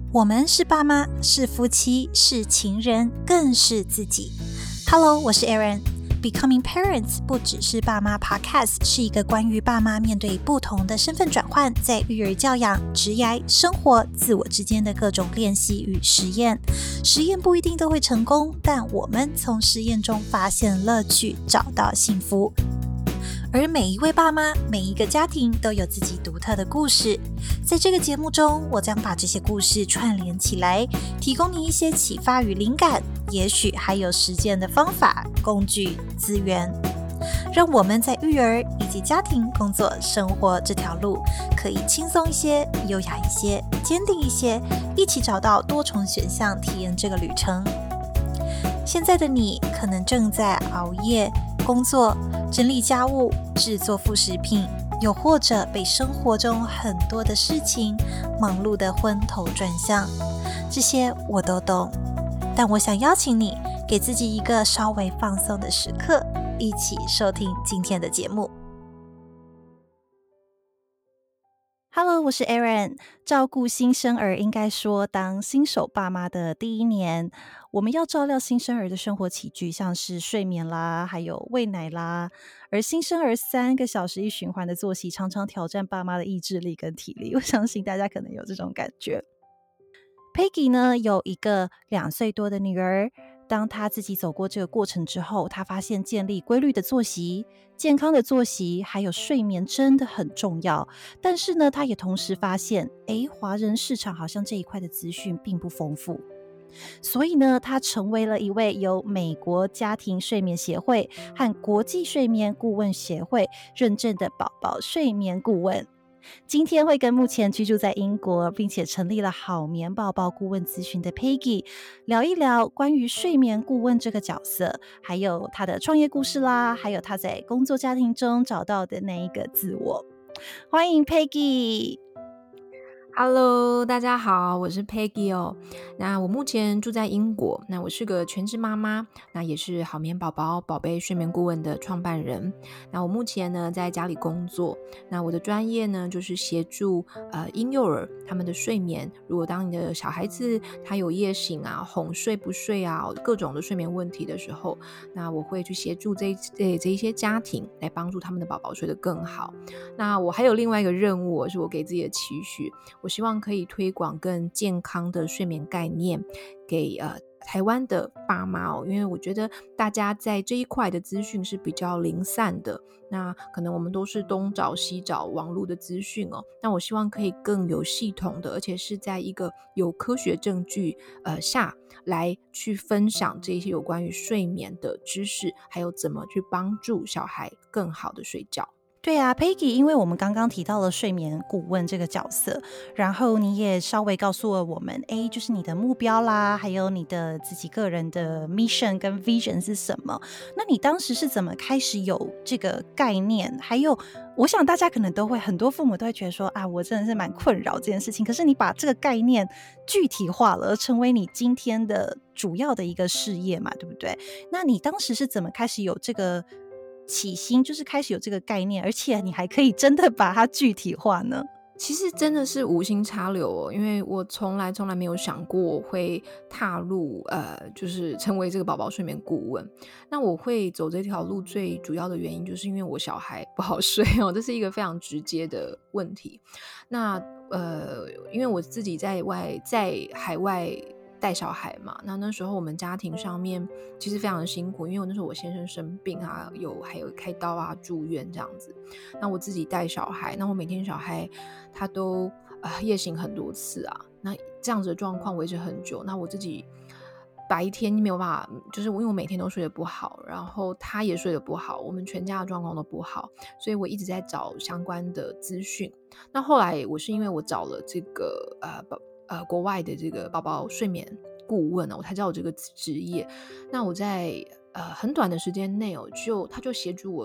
我们是爸妈，是夫妻，是情人，更是自己。Hello， 我是 Erin。Becoming Parents 不只是爸妈 Podcast， 是一个关于爸妈面对不同的身份转换，在育儿教养、职业、生活、自我之间的各种练习与实验。实验不一定都会成功，但我们从实验中发现乐趣，找到幸福。而每一位爸妈，每一个家庭都有自己独特的故事。在这个节目中，我将把这些故事串联起来，提供你一些启发与灵感，也许还有实践的方法、工具、资源，让我们在育儿以及家庭、工作、生活这条路可以轻松一些、优雅一些、坚定一些，一起找到多重选项，体验这个旅程。现在的你可能正在熬夜工作、整理家务、制作副食品，又或者被生活中很多的事情忙碌得昏头转向，这些我都懂。但我想邀请你，给自己一个稍微放松的时刻，一起收听今天的节目。Hello， 我是 Erin。照顾新生儿，应该说当新手爸妈的第一年，我们要照料新生儿的生活起居，像是睡眠啦，还有喂奶啦。而新生儿3个小时一循环的作息，常常挑战爸妈的意志力跟体力。我相信大家可能有这种感觉。Peggy 呢，有一个2岁多的女儿。当她自己走过这个过程之后，她发现建立规律的作息、健康的作息还有睡眠真的很重要。但是呢，她也同时发现，华人市场好像这一块的资讯并不丰富。所以呢，她成为了一位由美国家庭睡眠协会和国际睡眠顾问协会认证的宝宝睡眠顾问。今天会跟目前居住在英国并且成立了好眠宝宝顾问咨询的 Peggy 聊一聊关于睡眠顾问这个角色，还有她的创业故事啦，还有她在工作家庭中找到的那一个自我。欢迎 Peggy。 Hello， 大家好，我是 Peggy 哦。那我目前住在英国，那我是个全职妈妈，那也是好眠宝宝宝贝睡眠顾问的创办人。那我目前呢在家里工作，那我的专业呢就是协助婴幼儿他们的睡眠。如果当你的小孩子他有夜醒啊、哄睡不睡啊、各种的睡眠问题的时候，那我会去协助这一些家庭来帮助他们的宝宝睡得更好。那我还有另外一个任务，是我给自己的期许。我希望可以推广更健康的睡眠概念给台湾的爸妈哦，因为我觉得大家在这一块的资讯是比较零散的，那可能我们都是东找西找网络的资讯哦，那我希望可以更有系统的，而且是在一个有科学证据下来去分享这些有关于睡眠的知识，还有怎么去帮助小孩更好的睡觉。 对啊 Peggy， 因为我们刚刚提到了睡眠顾问这个角色，然后你也稍微告诉了我们，就是你的目标啦，还有你的自己个人的 mission 跟 vision 是什么。那你当时是怎么开始有这个概念？还有我想大家可能都会，很多父母都会觉得说啊，我真的是蛮困扰这件事情，可是你把这个概念具体化了，成为你今天的主要的一个事业嘛，对不对？那你当时是怎么开始有这个起心，就是开始有这个概念，而且你还可以真的把它具体化呢？ 其实真的是无心插柳哦，因为我从来没有想过我会踏入就是成为这个宝宝睡眠顾问。那我会走这条路最主要的原因，就是因为我小孩不好睡哦，这是一个非常直接的问题。那因为我自己在海外带小孩嘛，那时候我们家庭上面其实非常的辛苦，因为那时候我先生生病啊，还有开刀啊、住院这样子。那我自己带小孩，那我每天小孩他都夜醒很多次啊，那这样子的状况维持很久，那我自己白天没有办法，就是因为我每天都睡得不好，然后他也睡得不好，我们全家的状况都不好，所以我一直在找相关的资讯。那后来我是因为我找了这个国外的这个宝宝睡眠顾问我才知道有这个职业。那我在很短的时间内他就协助我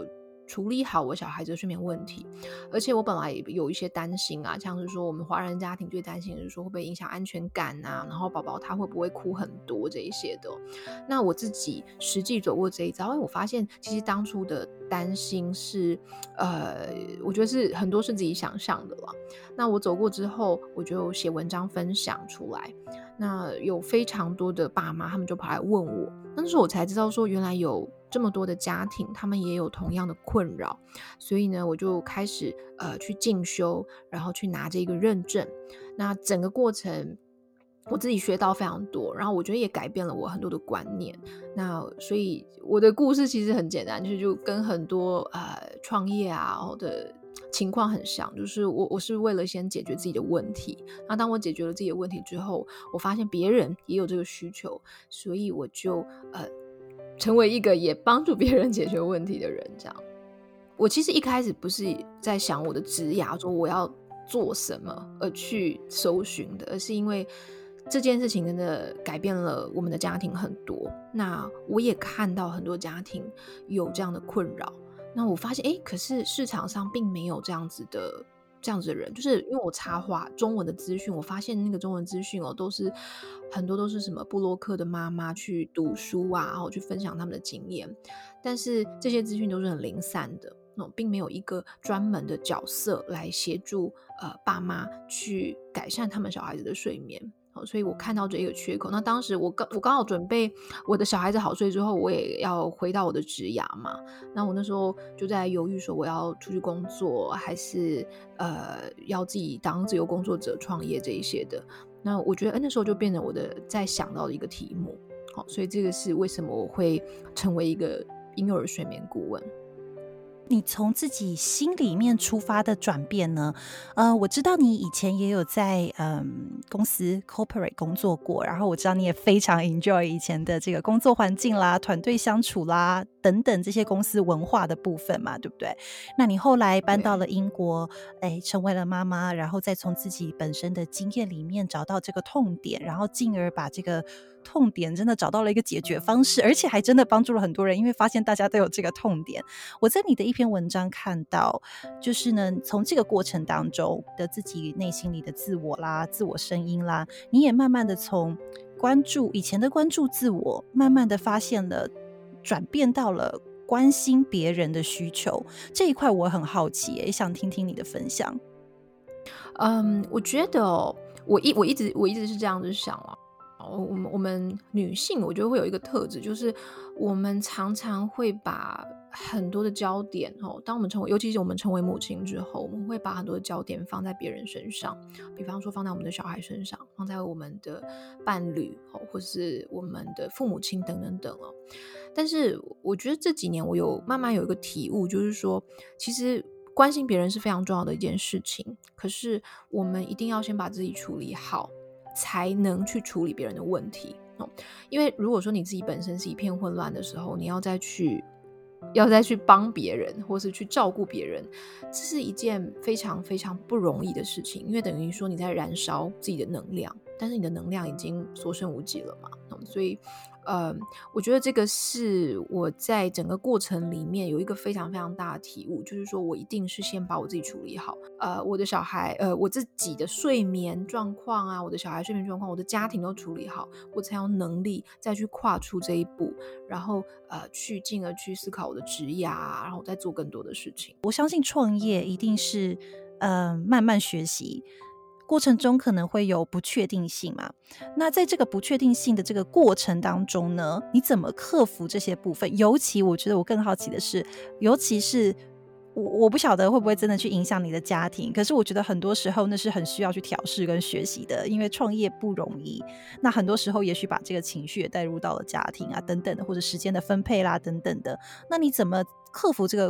处理好我小孩子的睡眠问题。而且我本来也有一些担心啊，像是说我们华人家庭最担心的是说会不会影响安全感啊，然后宝宝他会不会哭很多这一些的。那我自己实际走过这一遭，我发现其实当初的担心是我觉得是很多是自己想象的啦。那我走过之后，我就写文章分享出来，那有非常多的爸妈他们就跑来问我，那时候我才知道说原来有这么多的家庭他们也有同样的困扰。所以呢我就开始去进修，然后去拿这个认证。那整个过程我自己学到非常多，然后我觉得也改变了我很多的观念。那所以我的故事其实很简单，就跟很多创业啊的情况很像，就是我是为了先解决自己的问题，那当我解决了自己的问题之后，我发现别人也有这个需求，所以我就成为一个也帮助别人解决问题的人。这样，我其实一开始不是在想我的职涯说我要做什么而去搜寻的，而是因为这件事情真的改变了我们的家庭很多。那我也看到很多家庭有这样的困扰，那我发现可是市场上并没有这样子的人，就是因为我插话中文的资讯，我发现那个中文资讯都是很多都是什么部落客的妈妈去读书啊，然后去分享他们的经验，但是这些资讯都是很零散的，并没有一个专门的角色来协助爸妈去改善他们小孩子的睡眠。所以我看到这一个缺口。那当时我刚好准备我的小孩子好睡之后，我也要回到我的职涯嘛。那我那时候就在犹豫说我要出去工作，还是要自己当自由工作者创业这一些的。那我觉得那时候就变成我的在想到的一个题目。所以这个是为什么我会成为一个婴幼儿睡眠顾问。 你从自己心里面出发的转变呢？我知道你以前也有在公司 corporate 工作过，然后我知道你也非常 enjoy 以前的这个工作环境啦、团队相处啦等等这些公司文化的部分嘛，对不对？那你后来搬到了英国，成为了妈妈，然后再从自己本身的经验里面找到这个痛点，然后进而把这个痛点真的找到了一个解决方式，而且还真的帮助了很多人，因为发现大家都有这个痛点。我在你的一篇文章看到，就是呢，从这个过程当中的自己内心里的自我啦、自我声音啦，你也慢慢的从以前的关注自我，慢慢的发现了转变到了关心别人的需求。这一块我很好奇，也想听听你的分享。 我觉得我一直是这样子想了。我们女性我觉得会有一个特质，就是我们常常会把很多的焦点当我们尤其是我们成为母亲之后，我们会把很多的焦点放在别人身上，比方说放在我们的小孩身上，放在我们的伴侣或是我们的父母亲等等等。但是我觉得这几年我慢慢有一个体悟，就是说其实关心别人是非常重要的一件事情，可是我们一定要先把自己处理好，才能去处理别人的问题。因为如果说你自己本身是一片混乱的时候，你要再去帮别人或是去照顾别人，这是一件非常非常不容易的事情，因为等于说你在燃烧自己的能量，但是你的能量已经所剩无几了嘛。所以我觉得这个是我在整个过程里面有一个非常非常大的体悟，就是说我一定是先把我自己处理好，我的小孩我自己的睡眠状况啊，我的小孩睡眠状况，我的家庭都处理好，我才有能力再去跨出这一步，然后进而去思考我的职业啊，然后再做更多的事情。 我相信创业一定是慢慢学习，过程中可能会有不确定性嘛。那在这个不确定性的这个过程当中呢，你怎么克服这些部分？尤其我觉得我更好奇的是，尤其是我不晓得会不会真的去影响你的家庭，可是我觉得很多时候那是很需要去调试跟学习的，因为创业不容易。那很多时候也许把这个情绪也带入到了家庭啊等等的，或者时间的分配啦等等的。那你怎么克服这个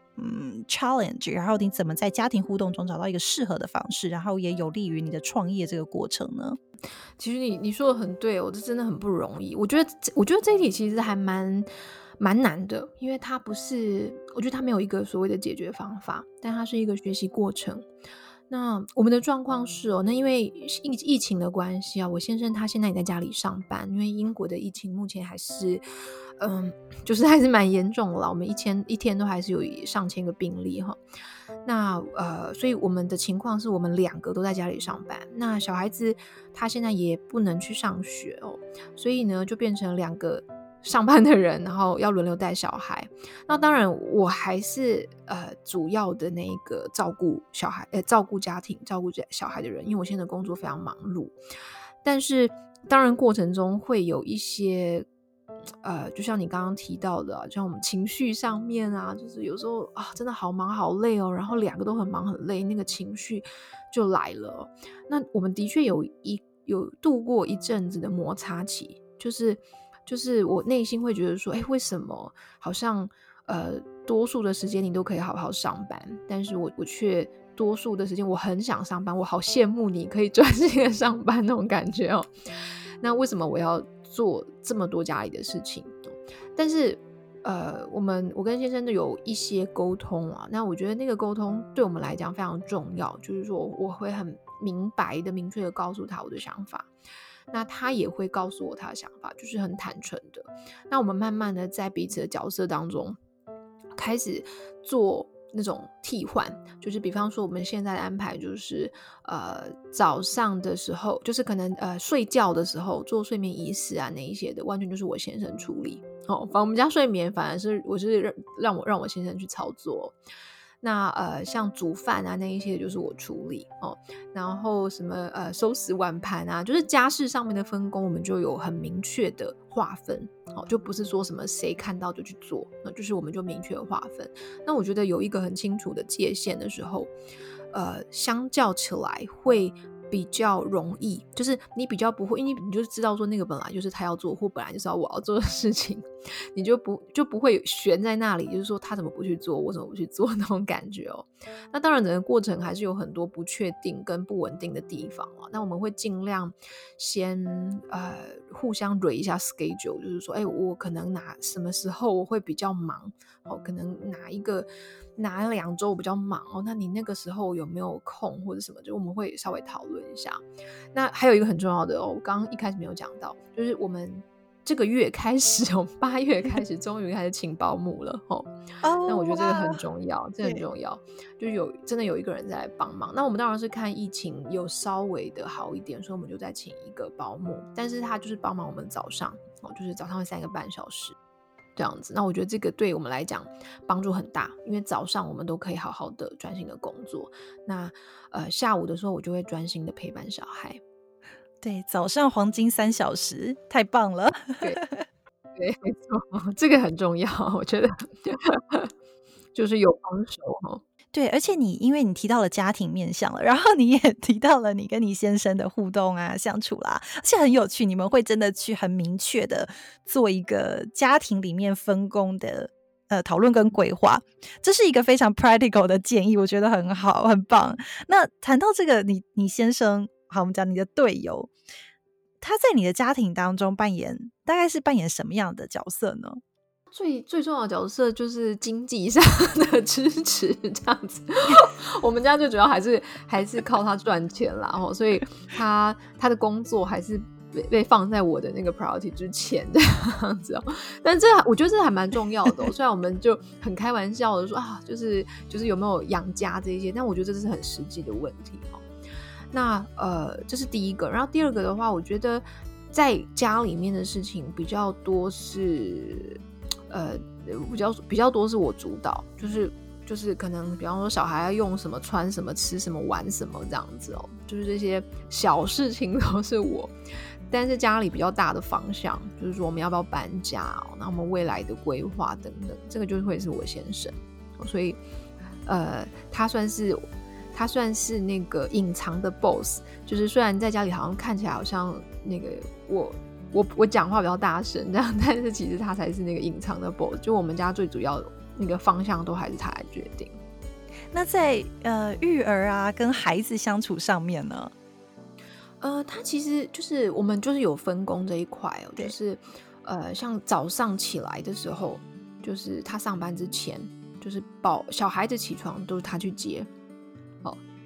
challenge， 然后你怎么在家庭互动中找到一个适合的方式，然后也有利于你的创业这个过程呢？ 其实你说的很对，这真的很不容易。我觉得这一题其实还蛮难的，因为它不是，我觉得它没有一个所谓的解决方法，但它是一个学习过程。 那我们的状况是那因为疫情的关系啊，我先生他现在也在家里上班，因为英国的疫情目前还是就是还是蛮严重的啦，我们一天都还是有上千个病例哈。那所以我们的情况是我们2个都在家里上班，那小孩子他现在也不能去上学所以呢就变成2个上班的人，然后要轮流带小孩。那当然我还是主要的那个照顾小孩照顾家庭照顾小孩的人，因为我现在的工作非常忙碌，但是当然过程中会有一些就像你刚刚提到的像我们情绪上面啊，就是有时候真的好忙好累然后2个都很忙很累，那个情绪就来了那我们的确有度过一阵子的摩擦期，就是我内心会觉得说为什么好像多数的时间你都可以好好上班，但是我却多数的时间我很想上班，我好羡慕你可以专心的上班那种感觉那为什么我要做这么多家里的事情但是我跟先生都有一些沟通那我觉得那个沟通对我们来讲非常重要，就是说我会很明白的明确的告诉他我的想法，那他也会告诉我他的想法，就是很坦诚的。那我们慢慢的在彼此的角色当中开始做那种替换，就是比方说我们现在的安排就是早上的时候就是可能睡觉的时候做睡眠仪式啊那一些的完全就是我先生处理反正我们家睡眠反而是我是让我先生去操作。那像煮饭啊那一些就是我处理然后什么收拾碗盘啊，就是家事上面的分工我们就有很明确的划分就不是说什么谁看到就去做，那就是我们就明确的划分。那我觉得有一个很清楚的界限的时候相较起来会比较容易，就是你比较不会，因为你就知道说那个本来就是他要做或本来就是我要做的事情，你就不会悬在那里，就是说他怎么不去做我怎么不去做那种感觉那当然整个过程还是有很多不确定跟不稳定的地方那我们会尽量先互相 review 一下 schedule， 就是说我可能什么时候我会比较忙可能哪2周比较忙那你那个时候有没有空或者什么，就我们会稍微讨论一下。那还有一个很重要的我刚刚一开始没有讲到，就是我们这个月开始8月开始终于开始请保姆了那我觉得这个很重要，这很重要，就是真的有一个人在来帮忙。那我们当然是看疫情有稍微的好一点，所以我们就再请一个保姆，但是他就是帮忙我们早上就是早上会3个半小时这样子。那我觉得这个对我们来讲帮助很大，因为早上我们都可以好好的专心的工作，那下午的时候我就会专心的陪伴小孩。 对，早上黄金3小时太棒了对对，没错，这个很重要，我觉得就是有帮手对，而且因为你提到了家庭面向了，然后你也提到了你跟你先生的互动啊、相处啦，而且很有趣，你们会真的去很明确的做一个家庭里面分工的讨论跟规划，这是一个非常 practical 的建议，我觉得很好，很棒。那谈到这个，你先生，好，我们讲你的队友，他在你的家庭当中大概是扮演什么样的角色呢？ 最重要的角色就是经济上的支持这样子我们家最主要还是靠他赚钱啦所以他的工作还是被放在我的那个 priority 之前这样子但我觉得这还蛮重要的虽然我们就很开玩笑的说就是有没有养家这些，但我觉得这是很实际的问题那这是第一个。然后第二个的话，我觉得在家里面的事情比较多是比较多是我主导，就是可能比方说小孩要用什么穿什么吃什么玩什么这样子就是这些小事情都是我。但是家里比较大的方向就是说我们要不要搬家那我们未来的规划等等，这个就会是我先生所以他算是那个隐藏的 boss， 就是虽然在家里好像看起来好像那个我讲话比较大声这样，但是其实他才是那个隐藏的 boss， 就我们家最主要的那个方向都还是他来决定。 那在育儿啊跟孩子相处上面呢？ 他其实就是我们就是有分工这一块就是像早上起来的时候，就是他上班之前，就是小孩子起床都是他去接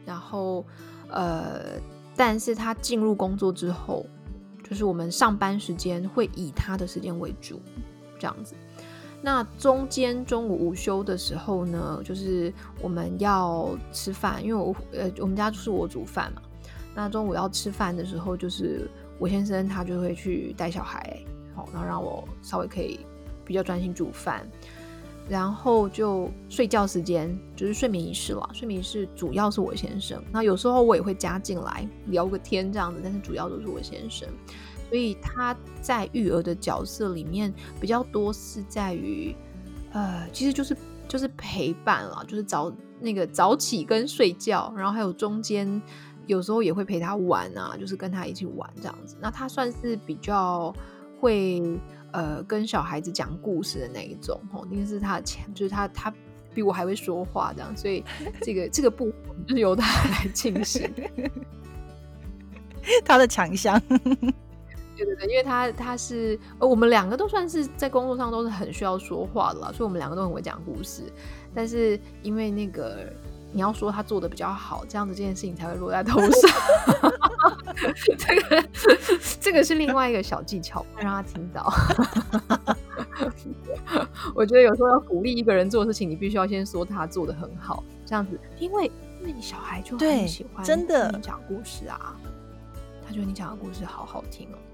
然后但是他进入工作之后，就是我们上班时间会以他的时间为主，这样子。那中间中午午休的时候呢，就是我们要吃饭，因为我们家就是我煮饭嘛。那中午要吃饭的时候，就是我先生他就会去带小孩，然后让我稍微可以比较专心煮饭。然后就睡觉时间就是睡眠仪式啦，睡眠仪式主要是我先生，那有时候我也会加进来聊个天这样子，但是主要都是我先生。所以他在育儿的角色里面比较多是在于其实就是陪伴啦，就是早起跟睡觉，然后还有中间有时候也会陪他玩啊，就是跟他一起玩这样子。那他算是比较会跟小孩子讲故事的那一种，因为是他的强，就是他比我还会说话这样，所以这个部分就是由他来进行他的强项。 对对对，因为他是我们两个都算是在工作上都是很需要说话的啦，所以我们两个都很会讲故事。但是因为那个你要说他做的比较好，这样子这件事情才会落在头上。这个是另外一个小技巧，不让他听到。我觉得有时候要鼓励一个人做的事情，你必须要先说他做的很好，这样子，因为你小孩就很喜欢真的你讲故事啊，他觉得你讲的故事好好听哦。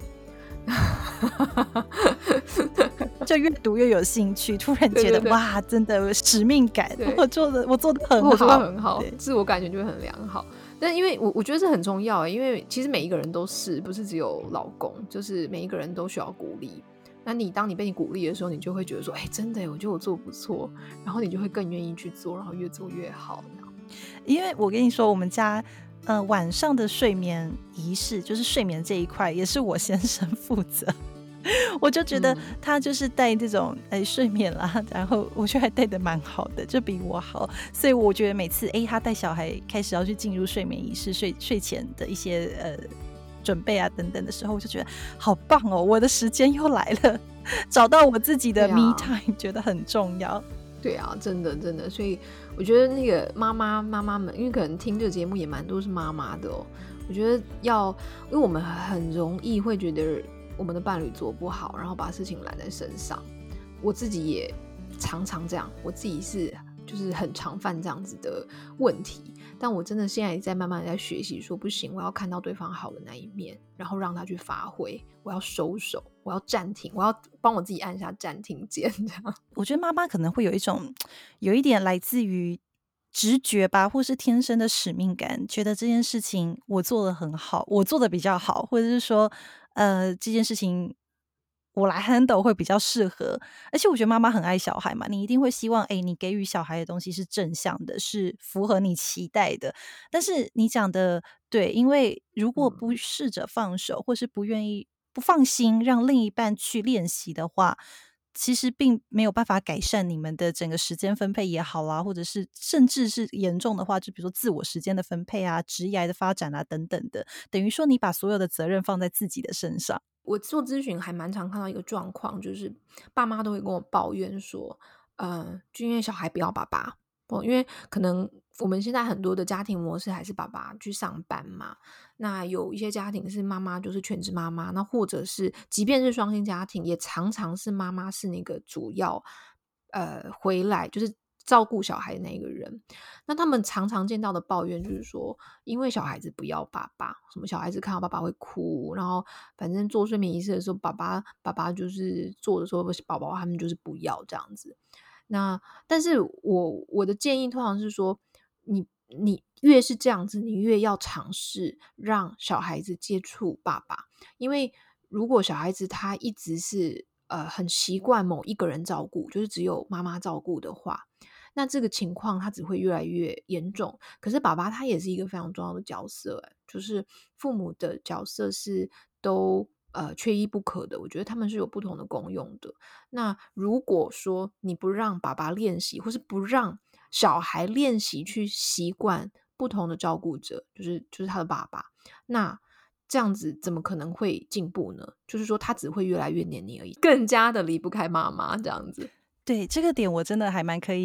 就越读越有兴趣，突然觉得对对对哇，真的有使命感，我做的很好， 我做的很好，自我感觉就会很良好。但因为我觉得这很重要，因为其实每一个人都是，不是只有老公，就是每一个人都需要鼓励。那当你被你鼓励的时候，你就会觉得说，真的耶，我觉得我做不错，然后你就会更愿意去做，然后越做越好。 因为我跟你说，我们家晚上的睡眠仪式，就是睡眠这一块也是我先生负责。我就觉得他就是带这种睡眠啦，然后我觉得还带得蛮好的，就比我好。所以我觉得每次他带小孩开始要去进入睡眠仪式，睡前的一些准备啊等等的时候，我就觉得好棒哦，我的时间又来了，找到我自己的 me time，觉得很重要。 对啊，真的真的，所以我觉得那个妈妈们，因为可能听这个节目也蛮多是妈妈的哦。我觉得因为我们很容易会觉得我们的伴侣做不好，然后把事情揽在身上。我自己也常常这样，我自己就是很常犯这样子的问题。但我真的现在也在慢慢在学习，说不行，我要看到对方好的那一面，然后让他去发挥。我要收手，我要暂停，我要帮我自己按下暂停键。这样， 我觉得妈妈可能会有一点来自于直觉吧，或是天生的使命感，觉得这件事情我做得很好，我做得比较好，或者是说这件事情我来 handle 会比较适合。而且我觉得妈妈很爱小孩嘛，你一定会希望你给予小孩的东西是正向的，是符合你期待的。但是你讲的对，因为如果不试着放手，或是不放心让另一半去练习的话，其实并没有办法改善你们的整个时间分配也好啊，或者是甚至是严重的话，就比如说自我时间的分配啊、职业的发展啊等等的，等于说你把所有的责任放在自己的身上。 我做咨询还蛮常看到一个状况，就是爸妈都会跟我抱怨说，就因为小孩不要爸爸，因为可能我们现在很多的家庭模式还是爸爸去上班嘛，那有一些家庭是妈妈就是全职妈妈，那或者是即便是双薪家庭，也常常是妈妈是那个主要回来就是照顾小孩的那个人。那他们常常见到的抱怨就是说，因为小孩子不要爸爸，什么小孩子看到爸爸会哭，然后反正做睡眠仪式的时候，爸爸就是做的时候，宝宝他们就是不要这样子。那但是我的建议通常是说，你越是这样子，你越要尝试让小孩子接触爸爸，因为如果小孩子他一直是很习惯某一个人照顾，就是只有妈妈照顾的话，那这个情况他只会越来越严重。可是爸爸他也是一个非常重要的角色，就是父母的角色是都缺一不可的，我觉得他们是有不同的功用的。那如果说你不让爸爸练习，或是不让小孩练习去习惯不同的照顾者，就是他的爸爸，那这样子怎么可能会进步呢？就是说他只会越来越黏你而已，更加的离不开妈妈这样子。 对，这个点我真的还蛮可以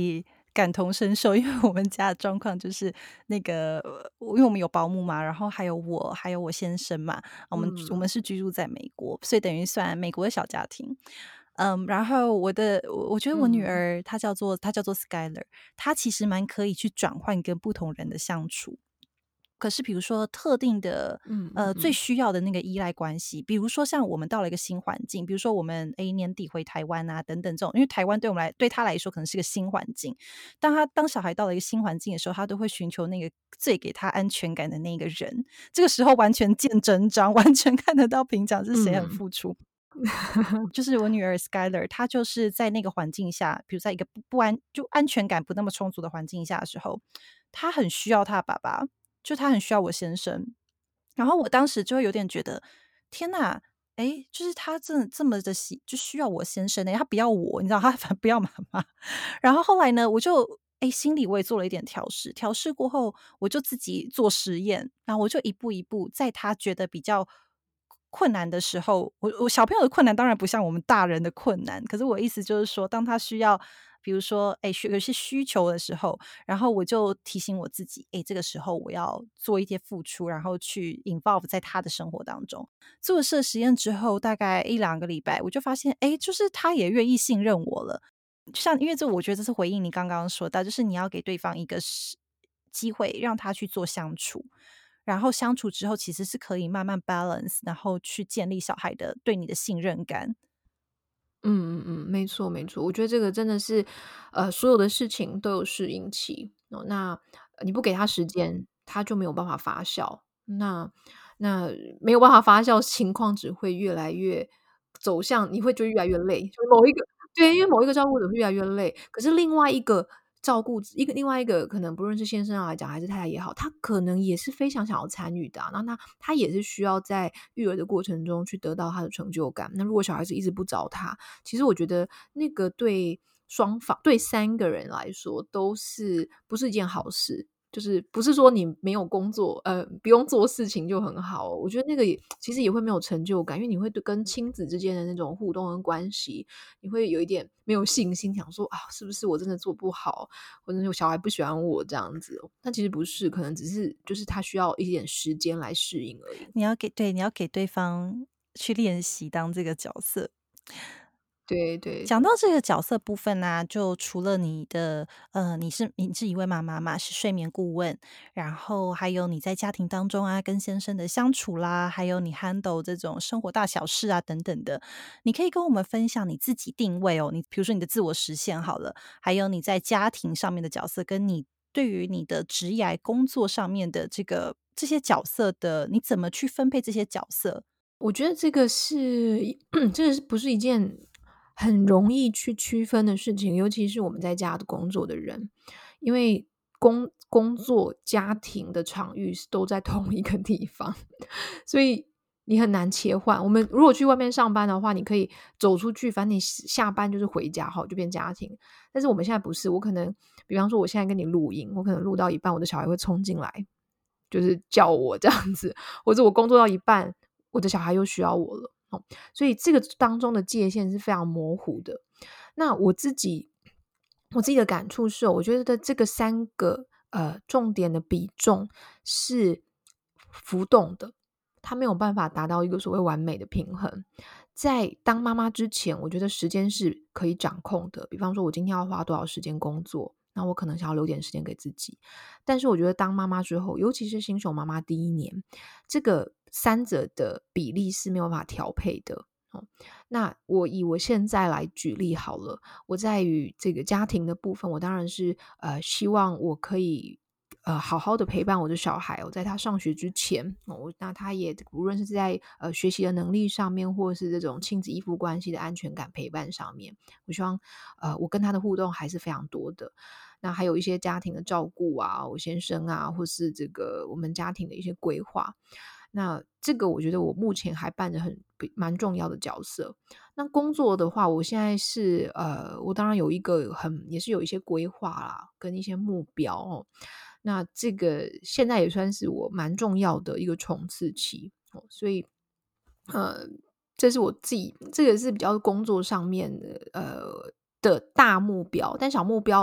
感同身受，因为我们家的状况就是那个，因为我们有保姆嘛，然后还有我，还有我先生嘛，我们是居住在美国，所以等于算美国的小家庭。然后我觉得我女嗯儿她叫做 Skyler，她其实蛮可以去转换跟不同人的相处。可是比如说特定的最嗯嗯嗯需要的那个依赖关系，比如说像我们到了一个新环境，比如说我们年底回台湾啊等等这种，因为台湾对他来说可能是个新环境。当小孩到了一个新环境的时候，他都会寻求那个最给他安全感的那个人。这个时候完全见真章，完全看得到平常是谁很嗯付出。就是我女儿 Skyler，她就是在那个环境下，比如在一个就安全感不那么充足的环境下的时候，她很需要她的爸爸，就她很需要我先生。然后我当时就会有点觉得，天哪，就是她真的这么的就需要我先生她不要我，你知道，她反而不要妈妈。然后后来呢，我就心里我也做了一点调试，调试过后，我就自己做实验，然后我就一步一步，在他觉得比较困难的时候，我小朋友的困难当然不像我们大人的困难，可是我意思就是说，当他需要，比如说，有些需求的时候，然后我就提醒我自己，这个时候我要做一些付出，然后去 involve 在他的生活当中。做了这实验之后，大概1-2个礼拜，我就发现，就是他也愿意信任我了。因为我觉得这是回应你刚刚说到，就是你要给对方一个机会，让他去做相处，然后相处之后其实是可以慢慢 balance，然后去建立小孩的对你的信任感。 没错没错，我觉得这个真的是，所有的事情都有适应期哦。那你不给他时间，他就没有办法发酵。那没有办法发酵，情况只会越来越走向，你会就越来越累。就某一个对，因为某一个照顾者会越来越累，可是另外一个可能不论是先生来讲还是太太也好，他可能也是非常想要参与的啊，那他也是需要在育儿的过程中去得到他的成就感。那如果小孩子一直不找他，其实我觉得那个对双方对三个人来说不是一件好事。就是不是说你没有工作，不用做事情就很好哦，我觉得那个其实也会没有成就感，因为你会跟亲子之间的那种互动跟关系，你会有一点没有信心，想说啊，是不是我真的做不好，或者是我小孩不喜欢我这样子哦。但其实不是，可能只是就是他需要一点时间来适应而已。 你要给对方去练习当这个角色。 对对讲到对。 这个角色部分呢，就除了你是一位妈妈嘛，是睡眠顾问，然后还有你在家庭当中啊，跟先生的相处啦，还有你 handle 这种生活大小事啊等等的，你可以跟我们分享你自己定位哦，你比如说你的自我实现好了，还有你在家庭上面的角色，跟你对于你的职业工作上面的这些角色的，你怎么去分配这些角色？ 我觉得这个这个是不是一件很容易去区分的事情？尤其是我们在家的工作的人，因为工作、家庭的场域都在同一个地方，所以你很难切换。我们如果去外面上班的话，你可以走出去，反正你下班就是回家，好就变家庭。但是我们现在不是，我可能比方说我现在跟你录音，我可能录到一半，我的小孩会冲进来，就是叫我这样子，或者我工作到一半，我的小孩又需要我了。所以这个当中的界限是非常模糊的。那我自己的感触是，我觉得这个3个重点的比重是浮动的，它没有办法达到一个所谓完美的平衡。在当妈妈之前，我觉得时间是可以掌控的，比方说我今天要花多少时间工作，那我可能想要留点时间给自己。但是我觉得当妈妈之后，尤其是新手妈妈第1年，这个3者的比例是没有办法调配的。那以我现在来举例好了，我在于这个家庭的部分，我当然是希望我可以好好的陪伴我的小孩在他上学之前，那他也无论是在学习的能力上面，或者是这种亲子依附关系的安全感陪伴上面，我希望我跟他的互动还是非常多的。那还有一些家庭的照顾啊，我先生啊，或是这个我们家庭的一些规划。那这个我觉得我目前还扮着蛮重要的角色。那工作的话，我现在是我当然有也是有一些规划啦，跟一些目标哦。那这个现在也算是我蛮重要的一个冲刺期哦，所以这是我自己这个是比较工作上面的大目标，但小目标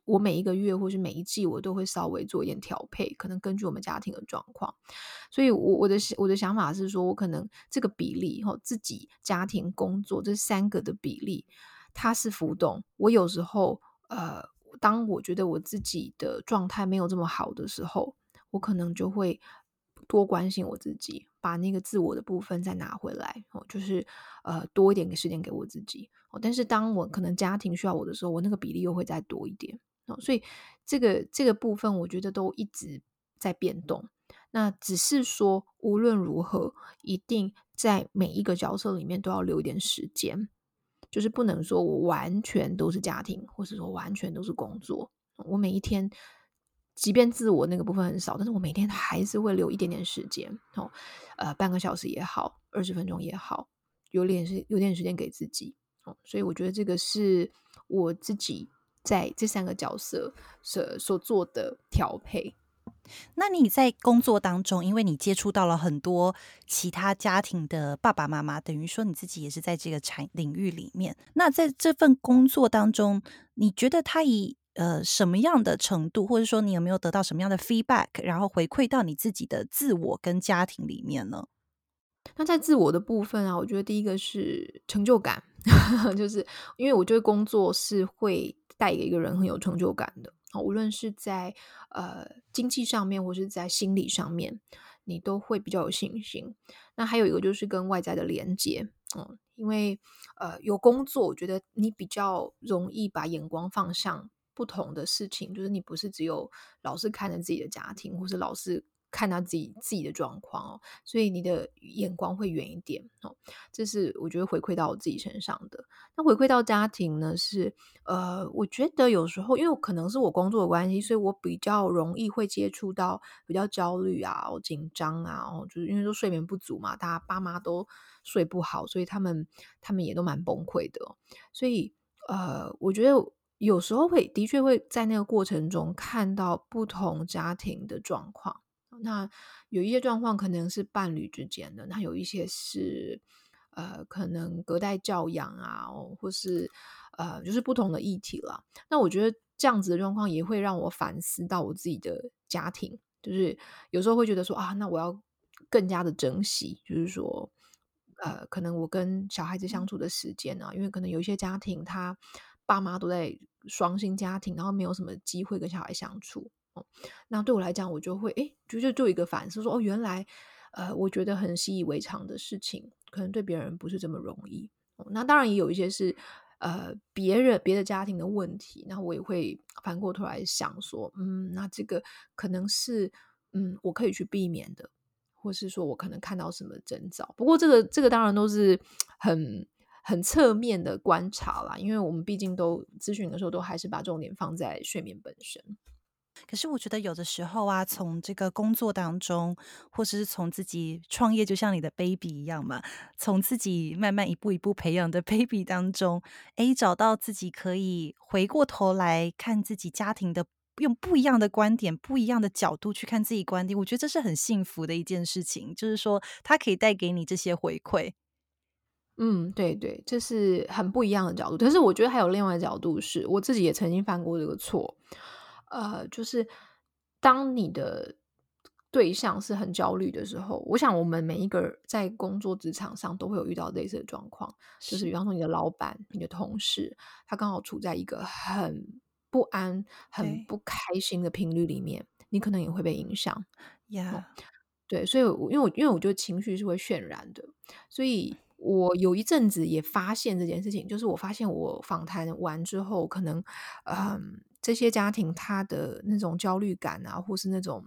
我每一个月或是每一季我都会稍微做一点调配，可能根据我们家庭的状况。所以我的想法是说，我可能这个比例自己、家庭、工作这三个的比例，它是浮动。我有时候当我觉得我自己的状态没有这么好的时候，我可能就会多关心我自己，把那个自我的部分再拿回来，就是多一点时间给我自己。但是当我可能家庭需要我的时候，我那个比例又会再多一点。所以这个部分我觉得都一直在变动。那只是说无论如何，一定在每一个角色里面都要留一点时间，就是不能说我完全都是家庭，或是说完全都是工作。我每一天，即便自我那个部分很少，但是我每天还是会留一点点时间，半个小时也好，20分钟也好，有点时间给自己。所以我觉得这个是我自己在这三个角色所做的调配。 那你在工作当中，因为你接触到了很多其他家庭的爸爸妈妈，等于说你自己也是在这个领域里面。那在这份工作当中，你觉得他以什么样的程度，或者说你有没有得到什么样的 feedback，然后回馈到你自己的自我跟家庭里面呢？ 那在自我的部分啊，我觉得第一个是成就感，就是因为我觉得工作是会带给一个人很有成就感的，无论是在经济上面，或是在心理上面，你都会比较有信心。那还有一个就是跟外在的连接，因为有工作，我觉得你比较容易把眼光放上不同的事情，就是你不是只有老是看着自己的家庭，或是老是看到自己的状况所以你的眼光会远一点这是我觉得回馈到我自己身上的。那回馈到家庭呢，是我觉得有时候因为可能是我工作的关系，所以我比较容易会接触到比较焦虑啊、紧张啊，就是因为都睡眠不足嘛，大家爸妈都睡不好，所以他们也都蛮崩溃的所以我觉得有时候的确会在那个过程中看到不同家庭的状况。那有一些状况可能是伴侣之间的，那有一些是可能隔代教养啊，或是就是不同的议题啦。那我觉得这样子的状况也会让我反思到我自己的家庭，就是有时候会觉得说啊，那我要更加的珍惜，就是说可能我跟小孩子相处的时间啊，因为可能有一些家庭他爸妈都在双薪家庭，然后没有什么机会跟小孩相处。那对我来讲，我就会就有一个反思说，原来我觉得很习以为常的事情，可能对别人不是这么容易。那当然也有一些是别的家庭的问题，那我也会反过头来想说，那这个可能是我可以去避免的，或是说我可能看到什么征兆。不过这个当然都是很侧面的观察啦，因为我们毕竟都咨询的时候都还是把重点放在睡眠本身。 可是我觉得有的时候啊，从这个工作当中，或者是从自己创业，就像你的 baby 一样嘛，从自己慢慢一步一步培养的 baby 当中，找到自己可以回过头来看自己家庭的，用不一样的观点、不一样的角度去看自己观点，我觉得这是很幸福的一件事情。就是说，它可以带给你这些回馈。 对对，这是很不一样的角度。可是我觉得还有另外的角度是，我自己也曾经犯过这个错，就是当你的对象是很焦虑的时候，我想我们每一个人在工作职场上都会有遇到类似的状况，就是比方说你的老板、你的同事，他刚好处在一个很不安、很对不开心的频率里面，你可能也会被影响。 呀， 对，所以因为我觉得情绪是会渲染的，所以我有一阵子也发现这件事情，就是我发现我访谈完之后，可能，这些家庭他的那种焦虑感啊，或是那种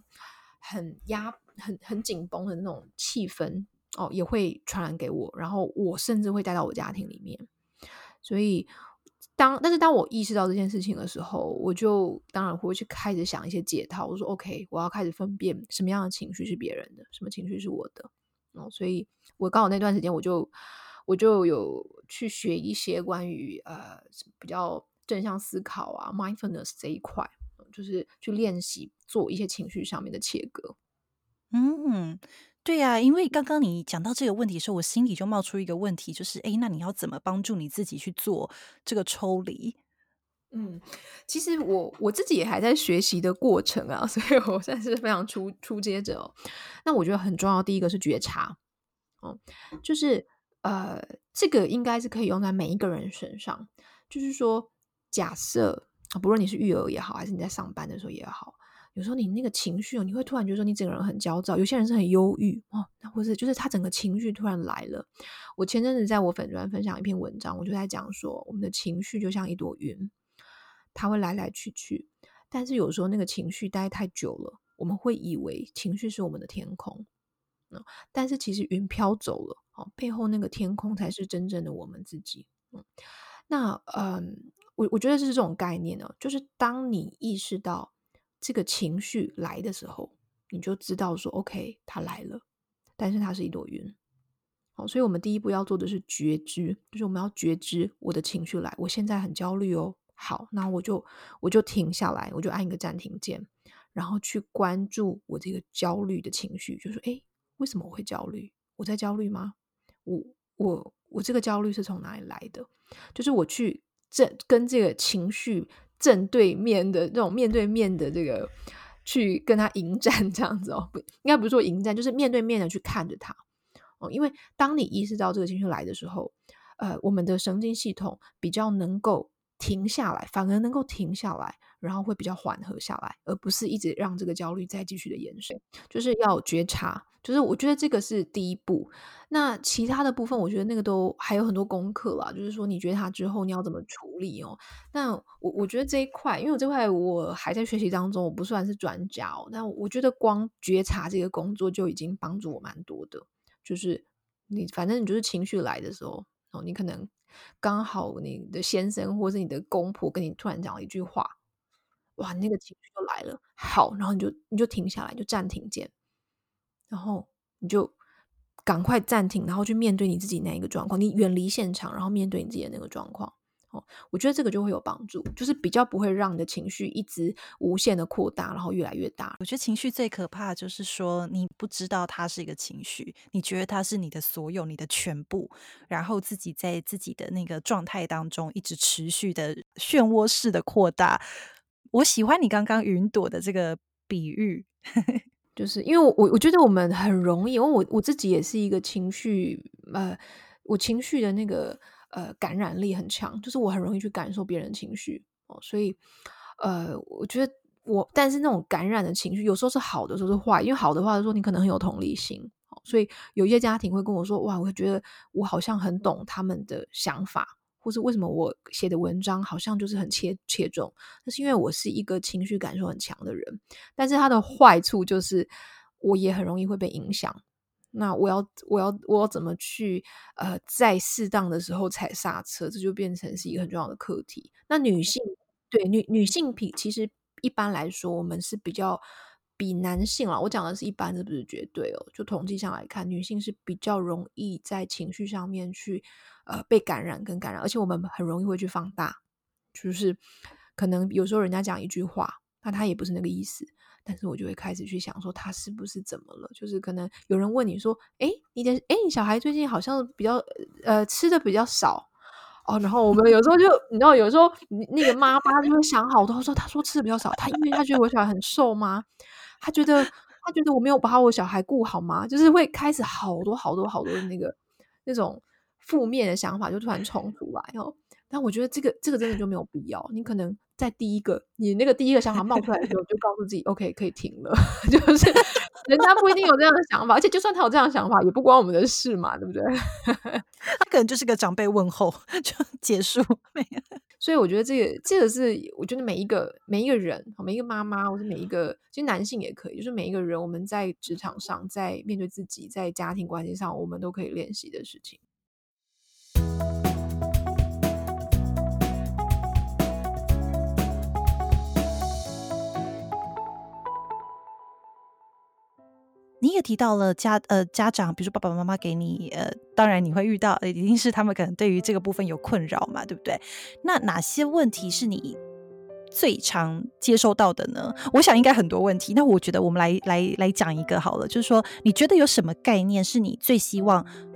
很紧绷的那种气氛，也会传染给我，然后我甚至会带到我家庭里面。所以但是当我意识到这件事情的时候，我就当然会去开始想一些解套。我说 OK，我要开始分辨什么样的情绪是别人的，什么情绪是我的。所以我刚好那段时间我就有去学一些关于比较正向思考啊 mindfulness 这一块，就是去练习做一些情绪上面的切割。 嗯，对呀，因为刚刚你讲到这个问题的时候，我心里就冒出一个问题，就是那你要怎么帮助你自己去做这个抽离？ 嗯，其实我自己也还在学习的过程啊，所以我算是非常初阶者哦。那我觉得很重要，第一个是觉察，哦，就是这个应该是可以用在每一个人身上。就是说，假设不论你是育儿也好，还是你在上班的时候也好，有时候你那个情绪你会突然觉得说你整个人很焦躁，有些人是很忧郁哦，或是就是他整个情绪突然来了。我前阵子在我粉专分享一篇文章，我就在讲说，我们的情绪就像一朵云，它会来来去去，但是有时候那个情绪待太久了，我们会以为情绪是我们的天空，但是其实云飘走了，背后那个天空才是真正的我们自己。那我觉得是这种概念呢，就是当你意识到这个情绪来的时候，你就知道说 OK 它来了，但是它是一朵云。好，所以我们第一步要做的是觉知，就是我们要觉知我的情绪来，我现在很焦虑哦。好，那我就停下来，我就按一个暂停键，然后去关注我这个焦虑的情绪，就说诶，为什么我会焦虑？我在焦虑吗？我这个焦虑是从哪里来的？就是我去跟这个情绪正对面的这种面对面的这个去跟他迎战这样子哦，不应该不是说迎战，就是面对面的去看着他。因为当你意识到这个情绪来的时候，我们的神经系统比较能够停下来，反而能够停下来，然后会比较缓和下来，而不是一直让这个焦虑再继续的延伸。就是要有觉察，就是我觉得这个是第一步。那其他的部分，我觉得那个都还有很多功课啦，就是说你觉察之后你要怎么处理哦。那我觉得这一块，因为我这块我还在学习当中，我不算是专家哦。但我觉得光觉察这个工作就已经帮助我蛮多的。就是反正你就是情绪来的时候，你可能刚好你的先生或是你的公婆跟你突然讲了一句话，哇，那个情绪就来了。好，然后你就停下来，就暂停键，然后你就赶快暂停，然后去面对你自己那一个状况，你远离现场，然后面对你自己的那个状况。我觉得这个就会有帮助，就是比较不会让你的情绪一直无限的扩大，然后越来越大。 我觉得情绪最可怕的就是说，你不知道它是一个情绪，你觉得它是你的所有、你的全部，然后自己在自己的那个状态当中一直持续的漩涡式的扩大。我喜欢你刚刚云朵的这个比喻。 就是因为我觉得我们很容易，因为我自己也是一个情绪，我情绪的那个感染力很强，就是我很容易去感受别人的情绪所以我觉得但是那种感染的情绪有时候是好的，有时候是坏，因为好的话说你可能很有同理心，所以有一些家庭会跟我说，哇，我觉得我好像很懂他们的想法。或是为什么我写的文章好像就是很切中，那是因为我是一个情绪感受很强的人。但是它的坏处就是我也很容易会被影响。那我要怎么去在适当的时候踩刹车，这就变成是一个很重要的课题。那对女性其实一般来说我们是比较比男性啦，我讲的是一般，这不是绝对哦。就统计上来看，女性是比较容易在情绪上面去被感染跟感染，而且我们很容易会去放大，就是可能有时候人家讲一句话，那他也不是那个意思，但是我就会开始去想说他是不是怎么了？就是可能有人问你说，你小孩最近好像比较吃的比较少。然后我们有时候就你知道，有时候那个妈妈就会想好多，他说吃的比较少，因为他觉得我小孩很瘦吗？他觉得我没有把我小孩顾好吗？就是会开始好多好多好多的那种负面的想法就突然冲出来但我觉得这个真的就没有必要。你可能在你那个第一个想法冒出来的时候，就告诉自己 OK 可以停了，就是人家不一定有这样的想法，而且就算他有这样的想法，也不关我们的事嘛，对不对？ 他可能就是个长辈问候就结束。 所以我觉得这个是我觉得每一个人，每一个妈妈，或是每一个其实男性也可以，就是每一个人我们在职场上，在面对自己，在家庭关系上，我们都可以练习的事情。 你也提到了家长，比如说爸爸妈妈给你当然你会遇到一定是他们可能对于这个部分有困扰嘛，对不对？那哪些问题是你最常接收到的呢？我想应该很多问题，那我觉得我们来讲一个好了，就是说你觉得有什么概念是你最希望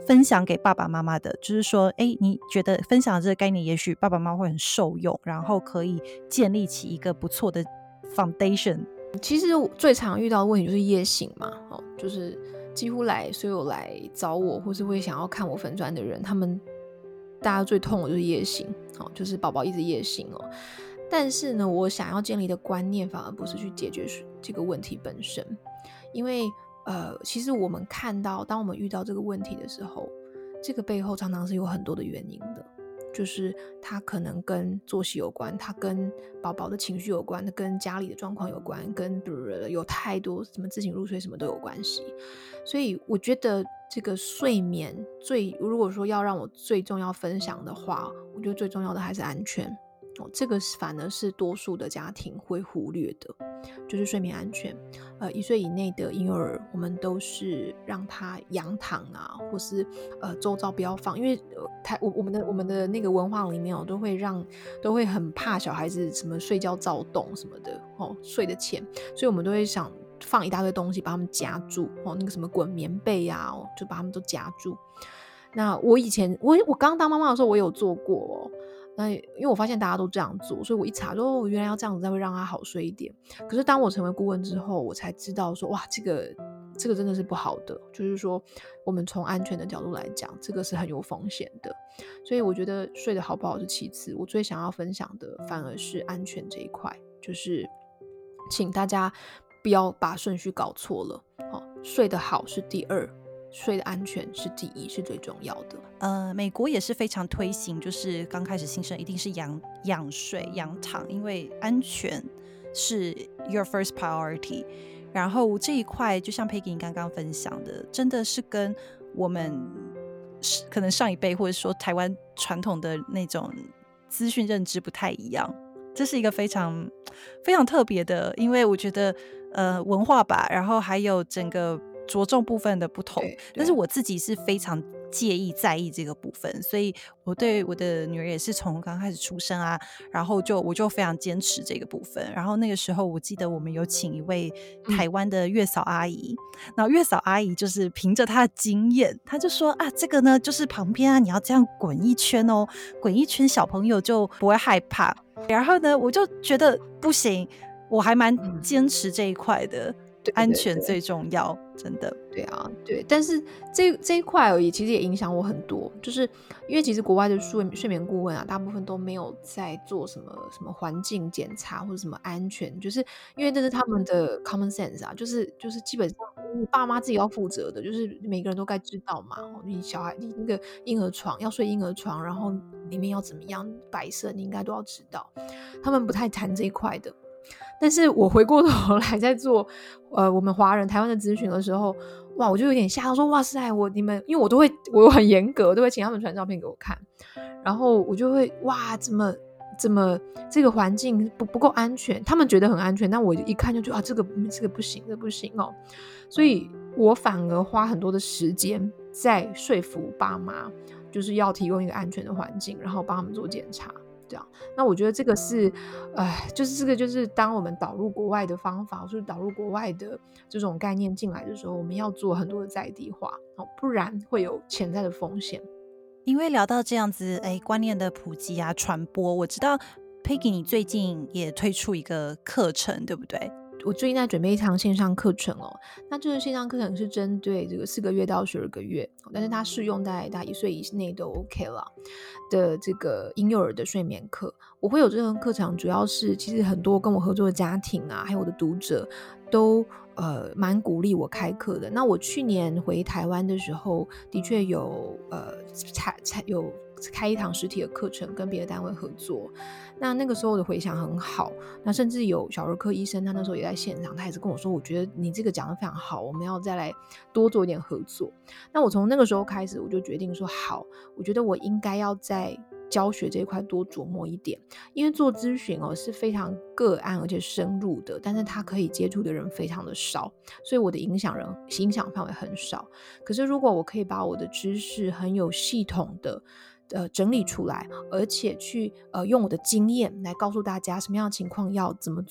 分享给爸爸妈妈的，就是说你觉得分享的这个概念也许爸爸妈妈会很受用，然后可以建立起一个不错的 foundation。 其实我最常遇到的问题就是夜醒嘛，就是几乎所有来找我或是会想要看我粉专的人，他们大家最痛的就是夜醒，就是宝宝一直夜醒但是呢，我想要建立的观念反而不是去解决这个问题本身，因为其实我们看到当我们遇到这个问题的时候，这个背后常常是有很多的原因的，就是它可能跟作息有关，它跟宝宝的情绪有关，它跟家里的状况有关，跟有太多什么自行入睡什么都有关系。所以我觉得这个睡眠如果说要让我最重要分享的话，我觉得最重要的还是安全这个反而是多数的家庭会忽略的，就是睡眠安全。1岁以内的婴幼儿，我们都是让他仰躺啊，或是周遭不要放，因为我们的那个文化里面都会很怕小孩子什么睡觉躁动什么的睡得前，所以我们都会想放一大堆东西把他们夹住那个什么滚棉被啊就把他们都夹住。那我以前我刚当妈妈的时候我有做过那因为我发现大家都这样做，所以我一查说原来要这样子才会让他好睡一点。可是当我成为顾问之后，我才知道说哇这个真的是不好的，就是说我们从安全的角度来讲，这个是很有风险的。所以我觉得睡得好不好是其次，我最想要分享的反而是安全这一块，就是请大家不要把顺序搞错了睡得好是第二，睡的安全是第一，是最重要的。 美国也是非常推行，就是刚开始新生一定是仰睡仰躺，因为安全是 your first priority。 然后这一块就像 Peggy 刚刚分享的，真的是跟我们可能上一辈或者说台湾传统的那种资讯认知不太一样，这是一个非常非常特别的，因为我觉得文化吧，然后还有整个着重部分的不同，但是我自己是非常介意在意这个部分，所以我对我的女儿也是从刚开始出生啊，然后我就非常坚持这个部分。然后那个时候我记得我们有请一位台湾的月嫂阿姨，然后月嫂阿姨就是凭着她的经验，她就说啊，这个呢就是旁边啊你要这样滚一圈哦，滚一圈小朋友就不会害怕。然后呢我就觉得不行，我还蛮坚持这一块的，安全最重要，真的。 对啊，对，但是这一块而已，其实也影响我很多，就是因为其实国外的睡眠顾问啊，大部分都没有在做什么环境检查或者什么安全，就是因为这是他们的 common sense 啊，就是基本上你爸妈自己要负责的，就是每个人都该知道嘛，你小孩你那个婴儿床要睡婴儿床，然后里面要怎么样摆设，你应该都要知道，他们不太谈这一块的。但是我回过头来在做我们华人台湾的咨询的时候，哇，我就有点吓到说哇塞，你们因为我很严格，我都会请他们传照片给我看，然后我就会哇怎么这个环境不够安全，他们觉得很安全，但我一看就觉得啊这个不行，这不行哦，所以我反而花很多的时间在说服爸妈，就是要提供一个安全的环境，然后帮他们做检查。那我觉得这个是就是这个就是当我们导入国外的方法，或是导入国外的这种概念进来的时候，我们要做很多的在地化不然会有潜在的风险。 因为聊到这样子观念的普及啊传播，我知道 Peggy 你最近也推出一个课程对不对？ 我最近在准备一堂线上课程那这个线上课程是针对这个4个月到12个月，但是它适用在大概1岁以内都 OK 了的这个婴幼儿的睡眠课。我会有这堂课程，主要是其实很多跟我合作的家庭啊，还有我的读者都蛮鼓励我开课的。那我去年回台湾的时候，的确有有开一堂实体的课程，跟别的单位合作。那个时候的回响很好，那甚至有小儿科医生，他那时候也在现场，他也是跟我说，我觉得你这个讲得非常好，我们要再来多做一点合作。那我从那个时候开始，我就决定说好，我觉得我应该要在教学这一块多琢磨一点，因为做咨询是非常个案而且深入的，但是他可以接触的人非常的少，所以我的影响范围很少。可是如果我可以把我的知识很有系统的整理出来，而且去用我的经验来告诉大家什么样的情况要怎么做